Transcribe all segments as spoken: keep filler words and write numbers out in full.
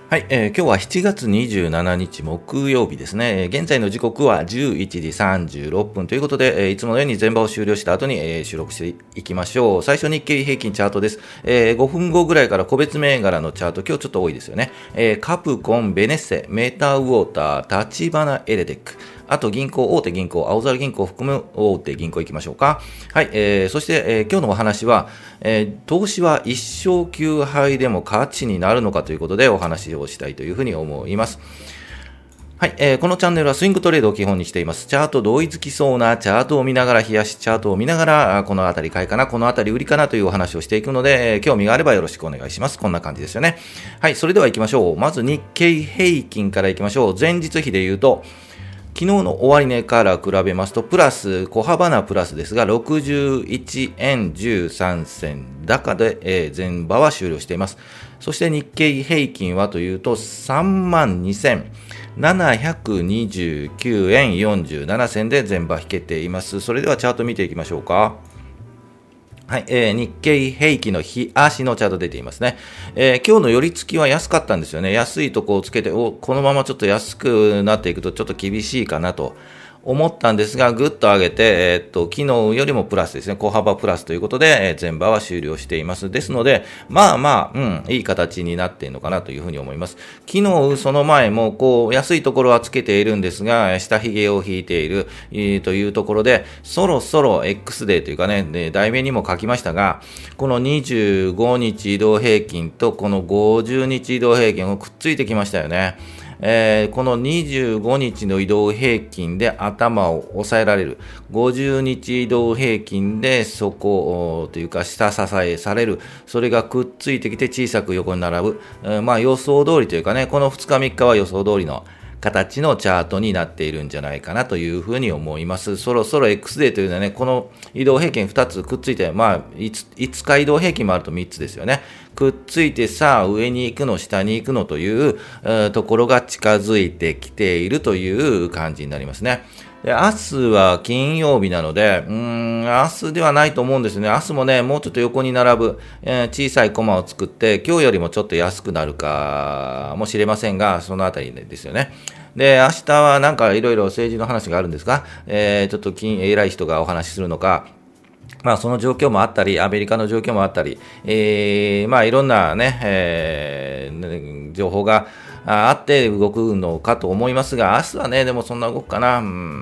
はい、えー、今日はしちがつにじゅうしちにち木曜日ですね。えー現在の時刻はじゅういちじさんじゅうろっぷんということで、えーいつものように前場を終了した後に、えー収録していきましょう。最初日経平均チャートです。えーごふんごぐらいから個別銘柄のチャート、今日ちょっと多いですよね。えーカプコン、ベネッセ、メタウォーター、タチバナエレテック。あと銀行、大手銀行、青空銀行を含む大手銀行行きましょうか。はい、えー、そして、えー今日のお話は、えー投資は一勝九敗でも価値になるのかということでお話をしたいというふうに思います。はい、えーこのチャンネルはスイングトレードを基本にしています。チャート同意づきそうなチャートを見ながら、冷やしチャートを見ながら、あこのあたり買いかな、このあたり売りかなというお話をしていくので、えー興味があればよろしくお願いします。こんな感じですよね。はい、それでは行きましょう。まず日経平均から行きましょう。前日比で言うと、昨日の終値から比べますと、プラス、小幅なプラスですが、ろくじゅういちえんじゅうさんせん高で、えー前場は終了しています。そして日経平均はというと、さんまんにせんななひゃくにじゅうきゅうえんよんじゅうななせんで前場引けています。それではチャート見ていきましょうか。はい、えー日経平均の日足のチャート出ていますね。えー今日の寄り付きは安かったんですよね。安いとこをつけて、おこのままちょっと安くなっていくとちょっと厳しいかなと思ったんですが、ぐっと上げて、えーっと、昨日よりもプラスですね、小幅プラスということで、えー前場は終了しています。ですので、まあまあ、うん、いい形になっているのかなというふうに思います。昨日、その前も、こう、安いところはつけているんですが、下髭を引いている、えーというところで、そろそろ X デーというかね、で題名にも書きましたが、このにじゅうごにち移動平均と、このごじゅうにち移動平均をくっついてきましたよね。えーこのにじゅうごにちの移動平均で頭を押さえられる、ごじゅうにち移動平均で底おというか下支えされる、それがくっついてきて小さく横に並ぶ、えーまあ予想通りというかね、このふつかみっかは予想通りの形のチャートになっているんじゃないかなというふうに思います。そろそろ X デーというのはね、この移動平均ふたつくっついて、まあ、いつ、いつか移動平均もあるとみっつですよね。くっついてさあ上に行くの、下に行くのという、えーところが近づいてきているという感じになりますね。で明日は金曜日なので、うーん、明日ではないと思うんですね。明日もね、もうちょっと横に並ぶ、えー小さいコマを作って、今日よりもちょっと安くなるかもしれませんが、そのあたりですよね。で、明日はなんかいろいろ政治の話があるんですが、えーちょっと金偉い人がお話しするのか、まあ、その状況もあったり、アメリカの状況もあったり、えーまあ、いろんなね、えー情報がああって動くのかと思いますが、明日はね、でもそんな動くかな。うん、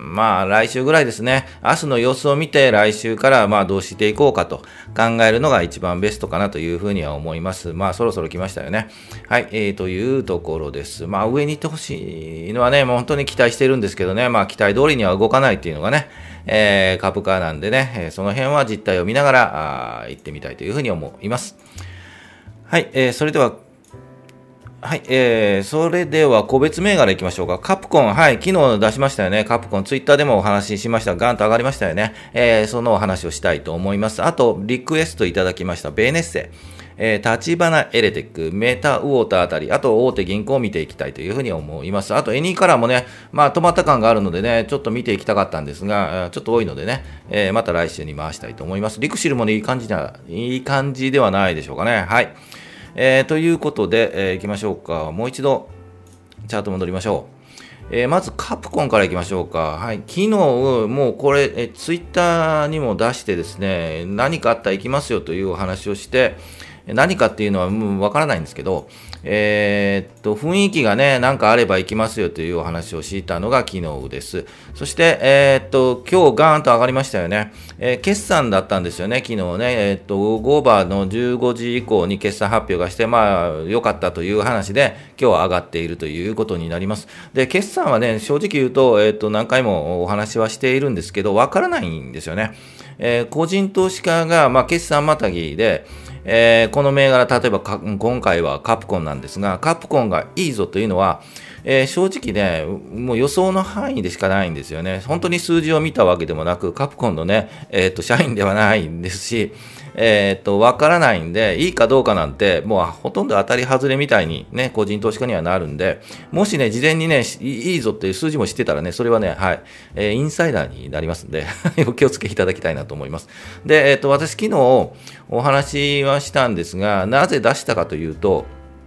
まあ、来週ぐらいですね。明日の様子を見て、来週からまあどうしていこうかと考えるのが一番ベストかなというふうには思います。まあ、そろそろ来ましたよね。はい、えー、というところです。まあ、上に行ってほしいのはね、もう本当に期待してるんですけどね、まあ、期待通りには動かないっていうのがね、えー株価なんでね、えーその辺は実態を見ながら、あー行ってみたいというふうに思います。はい、えーそれでは、はい、えー、それでは個別銘柄いきましょうか。カプコン、はい、昨日出しましたよね。カプコン、ツイッターでもお話ししました。ガンと上がりましたよね。えー、そのお話をしたいと思います。あと、リクエストいただきましたベネッセ、えー、タチバナエレテック、メタウォーターあたり、あと大手銀行を見ていきたいというふうに思います。あと、エニーカラーもね、まあ、止まった感があるのでね、ちょっと見ていきたかったんですが、ちょっと多いのでね、えーまた来週に回したいと思います。リクシルもね、いい感じな、いい感じではないでしょうかね。はい。えーということで、えー、いきましょうか。もう一度、チャート戻りましょう。えーまず、カプコンからいきましょうか。はい。昨日、もうこれ、えツイッターにも出してですね、何かあったら行きますよというお話をして、何かっていうのはもうわからないんですけど、えーっと、雰囲気がね、なんかあれば行きますよというお話をしたのが昨日です。そして、えーっと、今日ガーンと上がりましたよね。えー決算だったんですよね、昨日ね。えーっと、ゴーバーのじゅうごじ以降に決算発表がして、まあ、良かったという話で、今日は上がっているということになります。で、決算はね、正直言うと、えーっと、何回もお話はしているんですけど、わからないんですよね。えー個人投資家が、まあ、決算またぎで、えーこの銘柄、例えばか今回はカプコンなんですが、カプコンがいいぞというのは、えー正直ね、もう予想の範囲でしかないんですよね。本当に数字を見たわけでもなく、カプコンのね、えーと、社員ではないんですし、えーと、わからないんで、いいかどうかなんて、もうほとんど当たり外れみたいにね、個人投資家にはなるんで、もしね、事前にね、いいぞっていう数字も知ってたらね、それはね、はい、えーインサイダーになりますんで、お気をつけいただきたいなと思います。で、えーと、私昨日お話はしたんですが、なぜ出したかというと、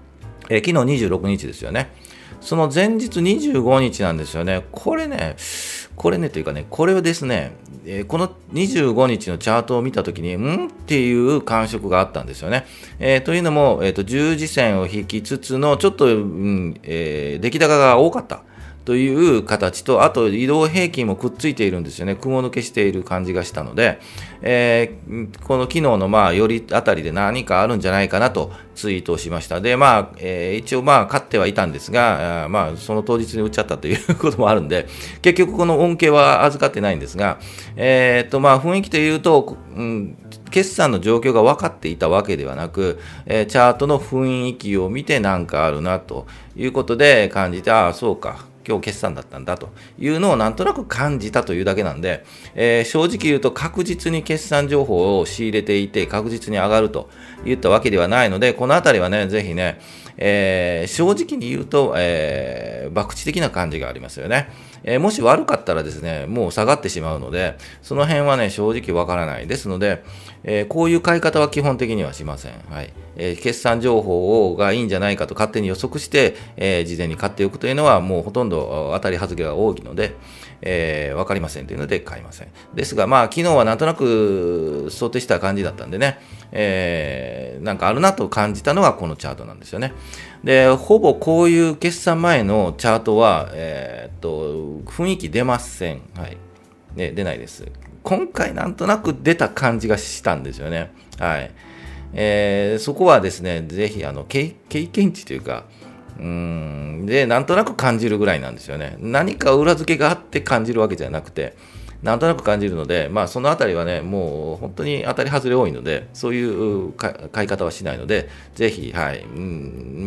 えー、昨日にじゅうろくにちですよね。その前日にじゅうごにちなんですよね。これね、これねというかね、これはですね、えー、このにじゅうごにちのチャートを見たときに、んっていう感触があったんですよね。えー、というのも、えーと、十字線を引きつつの、ちょっと、うんえー、出来高が多かったという形と、あと移動平均もくっついているんですよね。雲抜けしている感じがしたので、えー、この昨日のまあよりあたりで何かあるんじゃないかなとツイートをしました。で、まあ、えー、一応まあ勝ってはいたんですが、あまあその当日に売っちゃったということもあるんで、結局この恩恵は預かってないんですが、えー、とまあ雰囲気というと、うん、決算の状況が分かっていたわけではなく、えー、チャートの雰囲気を見て何かあるなということで感じて、ああ、そうか。今日決算だったんだというのをなんとなく感じたというだけなんで、えー、正直言うと確実に決算情報を仕入れていて確実に上がると言ったわけではないので、このあたりはね、ぜひね、えー、正直に言うと、えー、博打的な感じがありますよね。えー、もし悪かったらですね、もう下がってしまうので、その辺はね、正直わからないですので、えー、こういう買い方は基本的にはしません。はい。えー、決算情報がいいんじゃないかと勝手に予測して、えー、事前に買っておくというのはもうほとんど当たり外れが多いので、えー、分かりませんというので買いません。ですが、まあ、昨日はなんとなく想定した感じだったんでね、えー、なんかあるなと感じたのがこのチャートなんですよね。で、ほぼこういう決算前のチャートは、えー、っと、雰囲気出ません。はい。ね、出ないです。今回なんとなく出た感じがしたんですよね。はい。えー、そこはですね、ぜひ、あの、経験値というか、うーん、で、なんとなく感じるぐらいなんですよね。何か裏付けがあって感じるわけじゃなくて、なんとなく感じるので、まあ、そのあたりはね、もう本当に当たり外れ多いので、そういう買い方はしないので、ぜひ、はい、うん、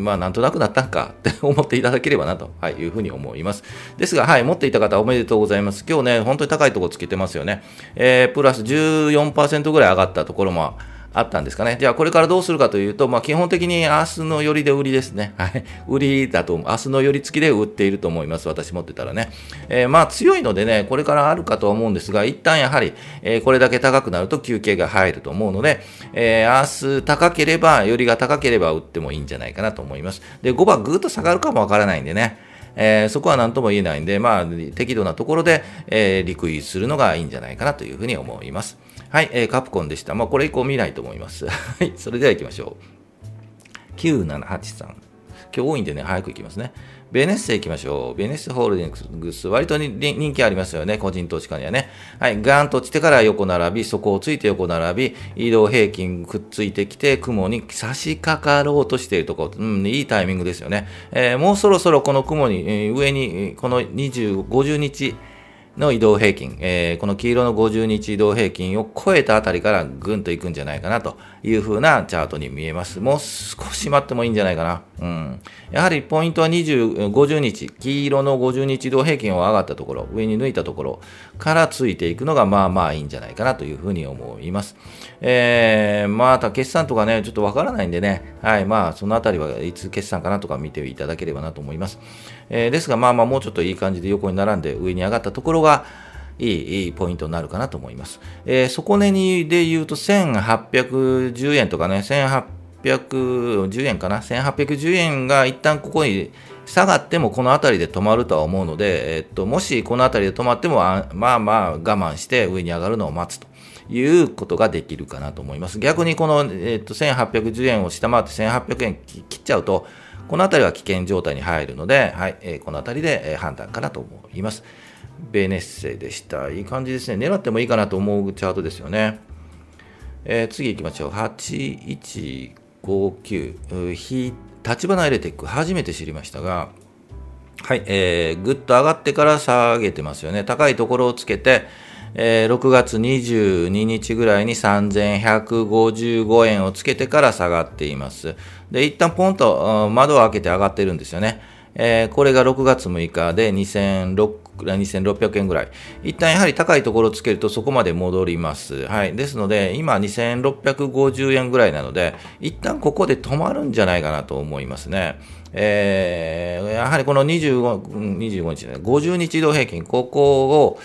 まあ、なんとなくなったんかって思っていただければなと、はい、いうふうに思います。ですが、はい、持っていた方おめでとうございます。今日ね、本当に高いところつけてますよね。えー、プラスじゅうよんパーセントぐらい上がったところもあったんですかね。じゃあこれからどうするかというと、まあ、基本的に明日の寄りで売りですね。はい。売りだと、明日の寄り付きで売っていると思います。私持ってたらね。えー、まあ強いのでね、これからあるかとは思うんですが、一旦やはり、えー、これだけ高くなると休憩が入ると思うので、えー、明日高ければ、寄りが高ければ売ってもいいんじゃないかなと思います。で、ごばぐっと下がるかもわからないんでね。えー、そこは何とも言えないんで、まあ、適度なところで、えー、リクイズするのがいいんじゃないかなというふうに思います。はい、えー、カプコンでした。まあ、これ以降見ないと思います。はい、それでは行きましょう。きゅうななはちさん。今日多いんでね、早く行きますね。ベネッセ行きましょう。ベネッセホールディングス、割とに人気ありますよね、個人投資家にはね。はい、ガーンと落ちてから横並び、底をついて横並び、移動平均くっついてきて、雲に差し掛かろうとしているところ、うん、いいタイミングですよね。えー、もうそろそろこの雲に、えー、上に、このにじゅう、ごじゅうにち、の移動平均、えー、この黄色のごじゅうにち移動平均を超えたあたりからぐんといくんじゃないかなという風なチャートに見えます。もう少し待ってもいいんじゃないかな。うん。やはりポイントはにじゅう、ごじゅうにち、黄色のごじゅうにち移動平均を上がったところ、上に抜いたところからついていくのがまあまあいいんじゃないかなというふうに思います。えー、また決算とかね、ちょっとわからないんでね、はい、まあそのあたりはいつ決算かなとか見ていただければなと思います。えー、ですがまあまあもうちょっといい感じで横に並んで上に上がったところがいい、いいポイントになるかなと思います。えー、底値にで言うとせんはっぴゃくじゅうえんとかね、せんはっぴゃくじゅうえんかな、せんはっぴゃくじゅうえんが一旦ここに下がってもこのあたりで止まるとは思うので、えっと、もしこのあたりで止まっても、まあまあ我慢して上に上がるのを待つということができるかなと思います。逆にこの、えっと、せんはっぴゃくじゅうえんを下回ってせんはっぴゃくえん切っちゃうと、このあたりは危険状態に入るので、はい、えー、このあたりで、えー、判断かなと思います。ベネッセでした。いい感じですね。狙ってもいいかなと思うチャートですよね。えー、次行きましょう。はちいちごきゅう。非立花エレテック、初めて知りましたが、はい、えー、ぐっと上がってから下げてますよね。高いところをつけて、えー、ろくがつにじゅうににちぐらいにさんぜんひゃくごじゅうごえんをつけてから下がっています。で、一旦ポンと窓を開けて上がってるんですよね。えー、これがろくがつむいかでにせんろっぴゃくえんぐらい。一旦やはり高いところをつけるとそこまで戻ります。はい。ですので、今にせんろっぴゃくごじゅうえんぐらいなので、一旦ここで止まるんじゃないかなと思いますね。えー、やはりこのにじゅうご、にじゅうごにちね、ごじゅうにち移動平均、ここを、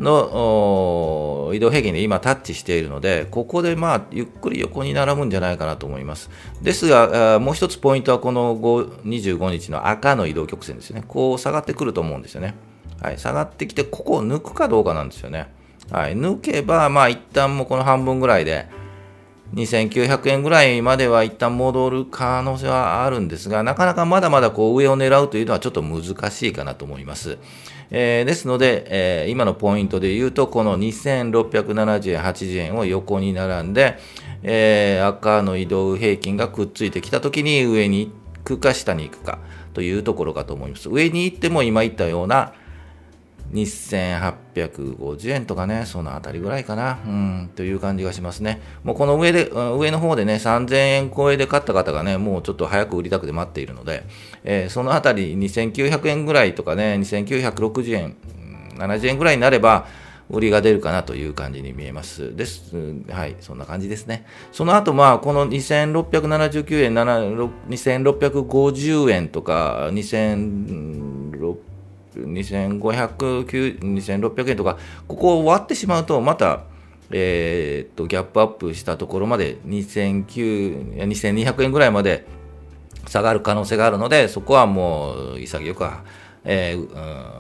の移動平均で今タッチしているので、ここでまあゆっくり横に並ぶんじゃないかなと思います。ですが、もう一つポイントはこのにじゅうごにちの赤の移動曲線ですね。こう下がってくると思うんですよね。はい、下がってきて、ここを抜くかどうかなんですよね。はい、抜けば、まあ一旦もうこの半分ぐらいで、にせんきゅうひゃくえんぐらいまでは一旦戻る可能性はあるんですが、なかなかまだまだこう上を狙うというのはちょっと難しいかなと思います。えー、ですので、えー、今のポイントで言うと、このにせんろっぴゃくななじゅうえん、はちじゅうえんを横に並んで、えー、赤の移動平均がくっついてきたときに上に行くか下に行くかというところかと思います。上に行っても今言ったようなにせんはっぴゃくごじゅうえんとかね、そのあたりぐらいかな、うん、という感じがしますね。もうこの上で、上の方でね、さんぜんえん超えで買った方がね、もうちょっと早く売りたくて待っているので、えー、そのあたりにせんきゅうひゃくえんぐらいとかね、にせんきゅうひゃくろくじゅうえん、ななじゅうえんぐらいになれば、売りが出るかなという感じに見えます。です。はい、そんな感じですね。その後、まあ、このにせんろっぴゃくななじゅうきゅうえん、にせんろっぴゃくごじゅうえんとか、にせんろっぴゃくにせんごひゃく、にせんろっぴゃくえんとか、ここを割ってしまうと、また、えー、っと、ギャップアップしたところまでにせんきゅう、にせんにひゃくえんぐらいまで下がる可能性があるので、そこはもう潔く、えーうん、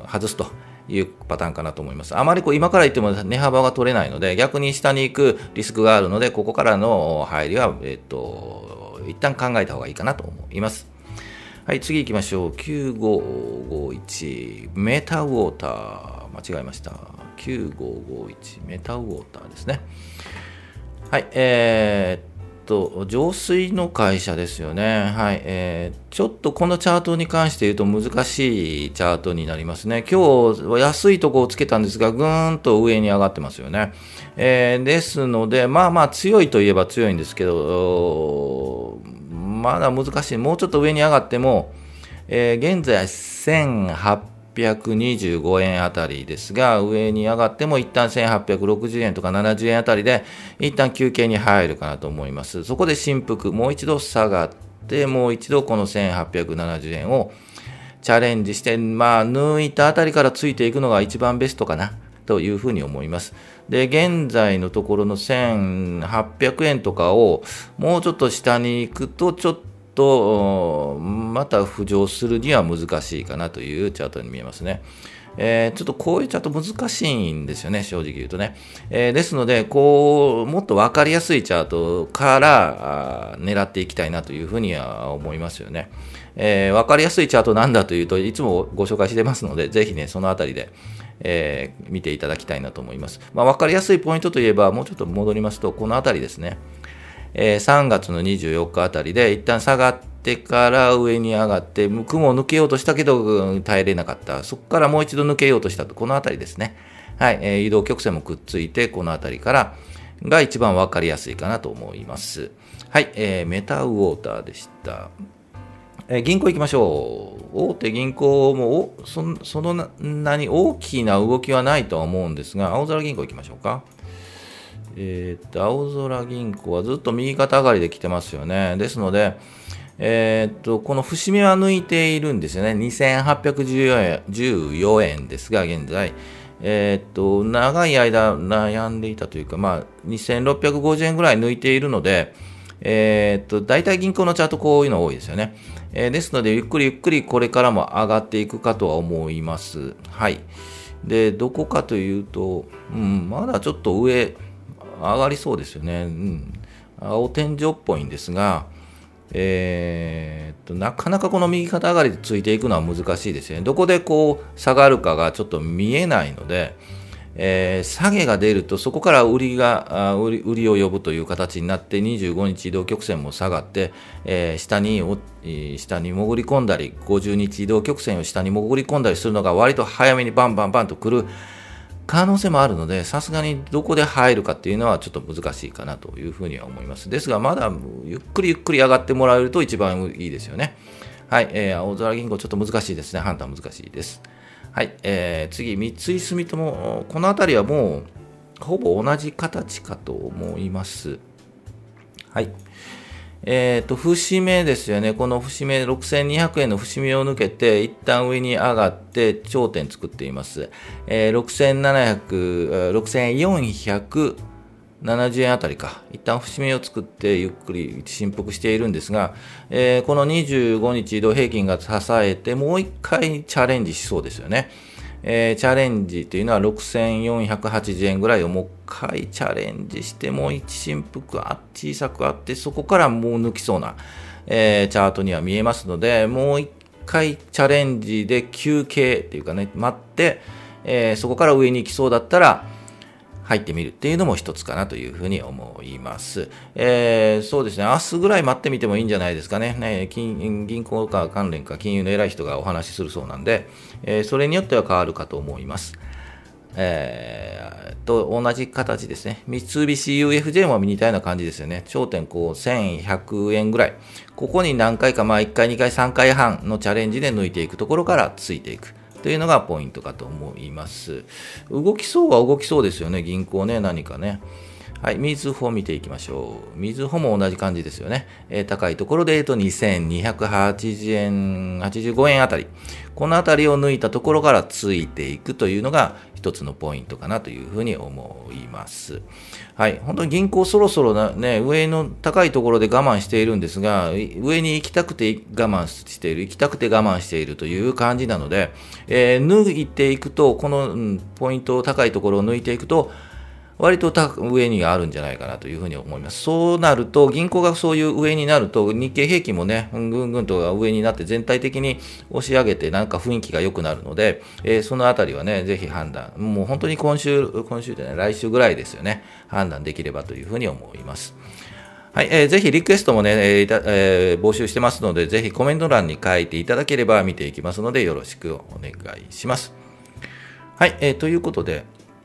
外すというパターンかなと思います。あまりこう今から言っても値幅が取れないので、逆に下に行くリスクがあるので、ここからの入りは、えー、っと、一旦考えた方がいいかなと思います。はい、次行きましょう。きゅうごごいち、メタウォーター。間違えました。きゅうごごいち、メタウォーターですね。はい、えー、っと、浄水の会社ですよね。はい、えー、ちょっとこのチャートに関して言うと難しいチャートになりますね。今日は安いところをつけたんですが、ぐーんと上に上がってますよね。えー、ですので、まあまあ強いといえば強いんですけど、まだ難しい。もうちょっと上に上がっても、えー、現在せんはっぴゃくにじゅうごえんあたりですが、上に上がっても一旦せんはっぴゃくろくじゅうえんとかななじゅうえんあたりで、一旦休憩に入るかなと思います。そこで振幅、もう一度下がって、もう一度このせんはっぴゃくななじゅうえんをチャレンジして、まあ、抜いたあたりからついていくのが一番ベストかな。というふうに思います。で、現在のところのせんはっぴゃくえんとかをもうちょっと下に行くと、ちょっとまた浮上するには難しいかなというチャートに見えますね。えー、ちょっとこういうチャート難しいんですよね、正直言うとね。えー、ですので、こう、もっと分かりやすいチャートから狙っていきたいなというふうには思いますよね。えー、分かりやすいチャートなんだというといつもご紹介してますので、ぜひね、そのあたりで、えー、見ていただきたいなと思います。まあ、分かりやすいポイントといえば、もうちょっと戻りますと、このあたりですね。えー、さんがつのにじゅうよっかあたりで、一旦下がってから上に上がって、雲を抜けようとしたけど、耐えれなかった。そこからもう一度抜けようとしたと、このあたりですね。はい、えー、移動曲線もくっついて、このあたりからが一番分かりやすいかなと思います。はい、えー、メタウォーターでした。えー、銀行行きましょう。大手銀行もそそのなに大きな動きはないとは思うんですが、青空銀行行きましょうか。えー、っと、青空銀行はずっと右肩上がりで来てますよね。ですので、えー、っと、この節目は抜いているんですよね。にせんはっぴゃくじゅうよえんですが、現在。えー、っと、長い間悩んでいたというか、まあ、にせんろっぴゃくごじゅうえんぐらい抜いているので、えー、っと、大体銀行のチャートこういうの多いですよね。えー、ですので、ゆっくりゆっくりこれからも上がっていくかとは思います。はい。で、どこかというと、うん、まだちょっと上、上がりそうですよね。うん。青天井っぽいんですが、えー、っと、なかなかこの右肩上がりでついていくのは難しいですよね。どこでこう下がるかがちょっと見えないので、えー、下げが出るとそこから売りが売り、売りを呼ぶという形になってにじゅうごにち移動曲線も下がって、えー、下に下に潜り込んだりごじゅうにち移動曲線を下に潜り込んだりするのが割と早めにバンバンバンと来る可能性もあるので、さすがにどこで入るかっていうのはちょっと難しいかなというふうには思います。ですが、まだゆっくりゆっくり上がってもらえると一番いいですよね。はい、えー、青空銀行ちょっと難しいですね。判断難しいです。はい、えー、次、三井住友、このあたりはもうほぼ同じ形かと思います。はい。 えっと、節目ですよね。この節目、ろくせんにひゃくえんの節目を抜けて、一旦上に上がって頂点作っています。えー、ろくせんななひゃく、ろくせんよんひゃくななじゅうえんあたりか。一旦節目を作ってゆっくり振幅しているんですが、えー、このにじゅうごにち移動平均が支えて、もう一回チャレンジしそうですよね。えー、チャレンジというのはろくせんよんひゃくはちじゅうえんぐらいをもう一回チャレンジして、もう一振幅あ小さくあって、そこからもう抜きそうな、えー、チャートには見えますので、もう一回チャレンジで休憩っていうかね、待って、えー、そこから上に行きそうだったら、入ってみるっていうのも一つかなというふうに思います。えー、そうですね、明日ぐらい待ってみてもいいんじゃないですかね。ね、金銀行か関連か金融の偉い人がお話しするそうなんで、えー、それによっては変わるかと思います。えー、と同じ形ですね。三菱 ユーエフジェー も似たような感じですよね。頂点こうせんひゃくえんぐらい。ここに何回か、まあいっかい、にかい、さんかいはんのチャレンジで抜いていくところからついていく。というのがポイントかと思います。動きそうは動きそうですよね、銀行ね、何かね。はい、みずほ見ていきましょう。みずほも同じ感じですよね。えー、高いところで言うとにせんにひゃくはちじゅうえん、はちじゅうごえんあたり。このあたりを抜いたところからついていくというのが一つのポイントかなというふうに思います。はい、本当に銀行そろそろな、ね、上の高いところで我慢しているんですが、上に行きたくて我慢している、行きたくて我慢しているという感じなので、えー、抜いていくと、この、うん、ポイント、高いところを抜いていくと、割と上にあるんじゃないかなというふうに思います。そうなると、銀行がそういう上になると、日経平均もね、ぐんぐんと上になって全体的に押し上げて、なんか雰囲気が良くなるので、えー、そのあたりはね、ぜひ判断、もう本当に今週、今週じゃない、来週ぐらいですよね、判断できればというふうに思います。はい、えー、ぜひリクエストもね、えーえー、募集してますので、ぜひコメント欄に書いていただければ見ていきますので、よろしくお願いします。はい、えー、ということで、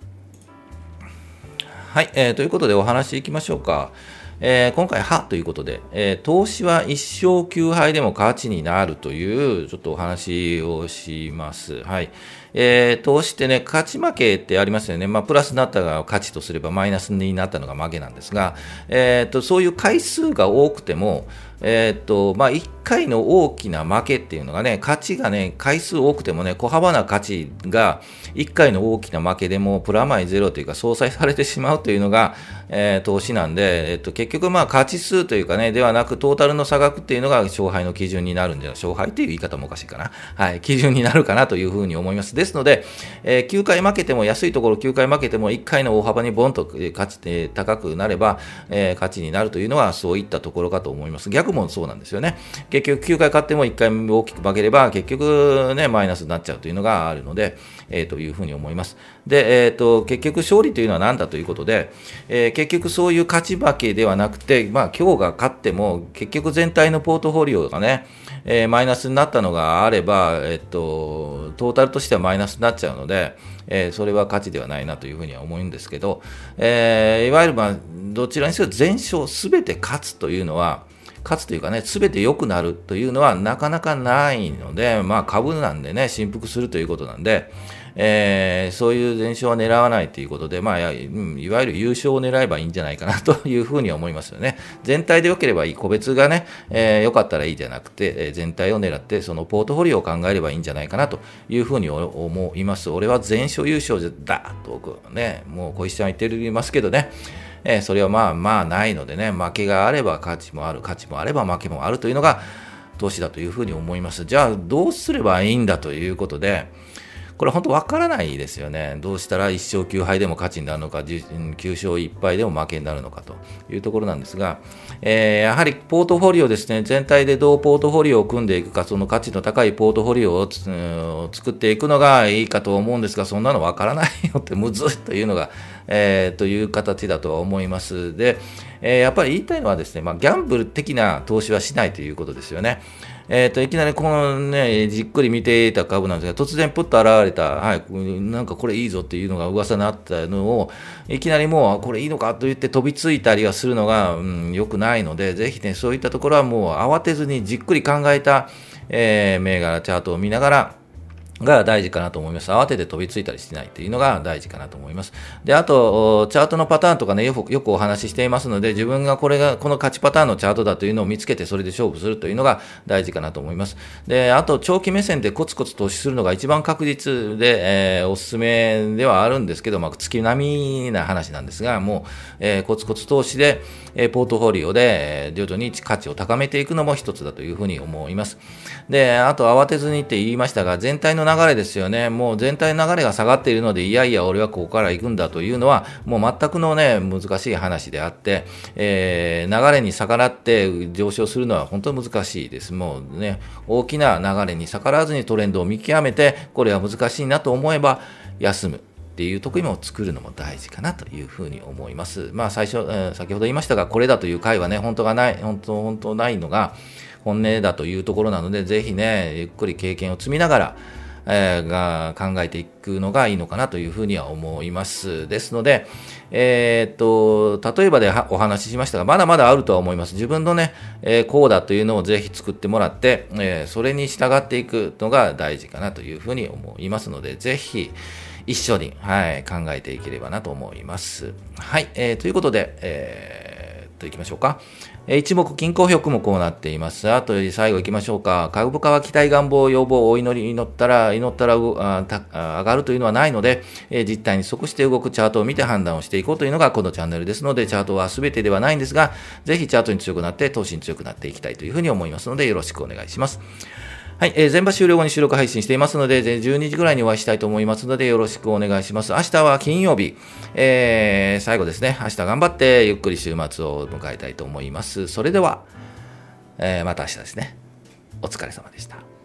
はい、えー、ということでお話いきましょうか。えー、今回、はということで、えー、投資は一勝きゅうはいでも勝ちになるという、ちょっとお話をします。はい。えー、投資ってね、勝ち負けってありますよね。まあ、プラスになったが勝ちとすれば、マイナスになったのが負けなんですが、えーと、そういう回数が多くても、えーと、まあ、いっかいの大きな負けっていうのがね、勝ちがね、回数多くてもね、小幅な勝ちが、いっかいの大きな負けでも、プラマイゼロというか、相殺されてしまうというのが、えー、投資なんで、えーと、結局、まあ、勝ち数というかね、ではなく、トータルの差額っていうのが勝敗の基準になるんじゃない、勝敗っていう言い方もおかしいかな。はい、基準になるかなというふうに思います。ですので、えー、きゅうかい負けても、安いところきゅうかい負けても、いっかいの大幅にボンと勝ち、えー、高くなれば、えー、勝ちになるというのは、そういったところかと思います。逆もそうなんですよね。結局、きゅうかい勝ってもいっかい大きく負ければ、結局ね、マイナスになっちゃうというのがあるので、えー、というふうに思います。で、えーと、結局、勝利というのは何だということで、えー、結局そういう勝ち負けではなくて、まあ、今日が勝っても、結局全体のポートフォリオがね、えー、マイナスになったのがあれば、えっと、トータルとしてはマイナスになっちゃうので、えー、それは価値ではないなというふうには思うんですけど、えー、いわゆる、まあ、どちらにせよ全勝すべて勝つというのは、勝つというかね、すべて良くなるというのはなかなかないので、まあ株なんでね、振幅するということなんで、えー、そういう全勝は狙わないということで、まあ、い, いわゆる優勝を狙えばいいんじゃないかなというふうには思いますよね。全体で良ければいい、個別がね、えー、良かったらいいじゃなくて、えー、全体を狙って、そのポートフォリオを考えればいいんじゃないかなというふうに思います。俺は全勝優勝だとね、もう小石ちゃん言っていますけどね、えー、それはまあまあないのでね、負けがあれば価値もある、価値もあれば負けもあるというのが投資だというふうに思います。じゃあどうすればいいんだということで、これ本当分からないですよね。どうしたらいっ勝きゅうはいでも勝ちになるのか、きゅう勝いっ敗でも負けになるのかというところなんですが、えー、やはりポートフォリオですね、全体でどうポートフォリオを組んでいくか、その価値の高いポートフォリオをつ、うん、作っていくのがいいかと思うんですが、そんなの分からないよってむずいというのが、えー、という形だとは思います。で、えー、やっぱり言いたいのはですね、まあ、ギャンブル的な投資はしないということですよね。えー、といきなりこのね、じっくり見ていた株なんですが、突然プッと現れた、はい、なんかこれいいぞっていうのが噂になったのを、いきなりもう、これいいのかと言って飛びついたりはするのが、うん、良くないので、ぜひね、そういったところはもう慌てずにじっくり考えた、えー、銘柄チャートを見ながら、 が大事かなと思います。慌てて飛びついたりしてないというのが大事かなと思います。で、あと、チャートのパターンとかね、よく、よくお話ししていますので、自分がこれが、この勝ちパターンのチャートだというのを見つけて、それで勝負するというのが大事かなと思います。で、あと、長期目線でコツコツ投資するのが一番確実で、えー、おすすめではあるんですけど、まあ、月並みな話なんですが、もう、えー、コツコツ投資で、えー、ポートフォリオで、えー、徐々に価値を高めていくのも一つだというふうに思います。で、あと、慌てずにって言いましたが、全体の流れですよね。もう全体の流れが下がっているので、いやいや、俺はここから行くんだというのは、もう全くのね、難しい話であって、えー、流れに逆らって上昇するのは本当に難しいです。もうね、大きな流れに逆らわずにトレンドを見極めて、これは難しいなと思えば、休む。っていう得意も作るのも大事かなというふうに思います。まあ最初、えー、先ほど言いましたが、これだという回はね、本当がない、本当、本当ないのが本音だというところなので、ぜひね、ゆっくり経験を積みながら、えー、が考えていくのがいいのかなというふうには思います。ですので、えー、っと、例えばでお話ししましたが、まだまだあるとは思います。自分のね、えー、こうだというのをぜひ作ってもらって、えー、それに従っていくのが大事かなというふうに思いますので、ぜひ、一緒に、はい、考えていければなと思います。はい、えー、ということで、えー、と、いきましょうか。えー、一目均衡表もこうなっています。あと、最後いきましょうか。株価は期待、願望、要望、お祈り、祈ったら、祈ったらあた上がるというのはないので、えー、実態に即して動くチャートを見て判断をしていこうというのがこのチャンネルですので、チャートは全てではないんですが、ぜひチャートに強くなって、投資に強くなっていきたいというふうに思いますので、よろしくお願いします。はい、えー、全場終了後に収録配信していますので、じゅうにじぐらいにお会いしたいと思いますので、よろしくお願いします。明日は金曜日、えー、最後ですね。明日頑張ってゆっくり週末を迎えたいと思います。それでは、えー、また明日ですね。お疲れ様でした。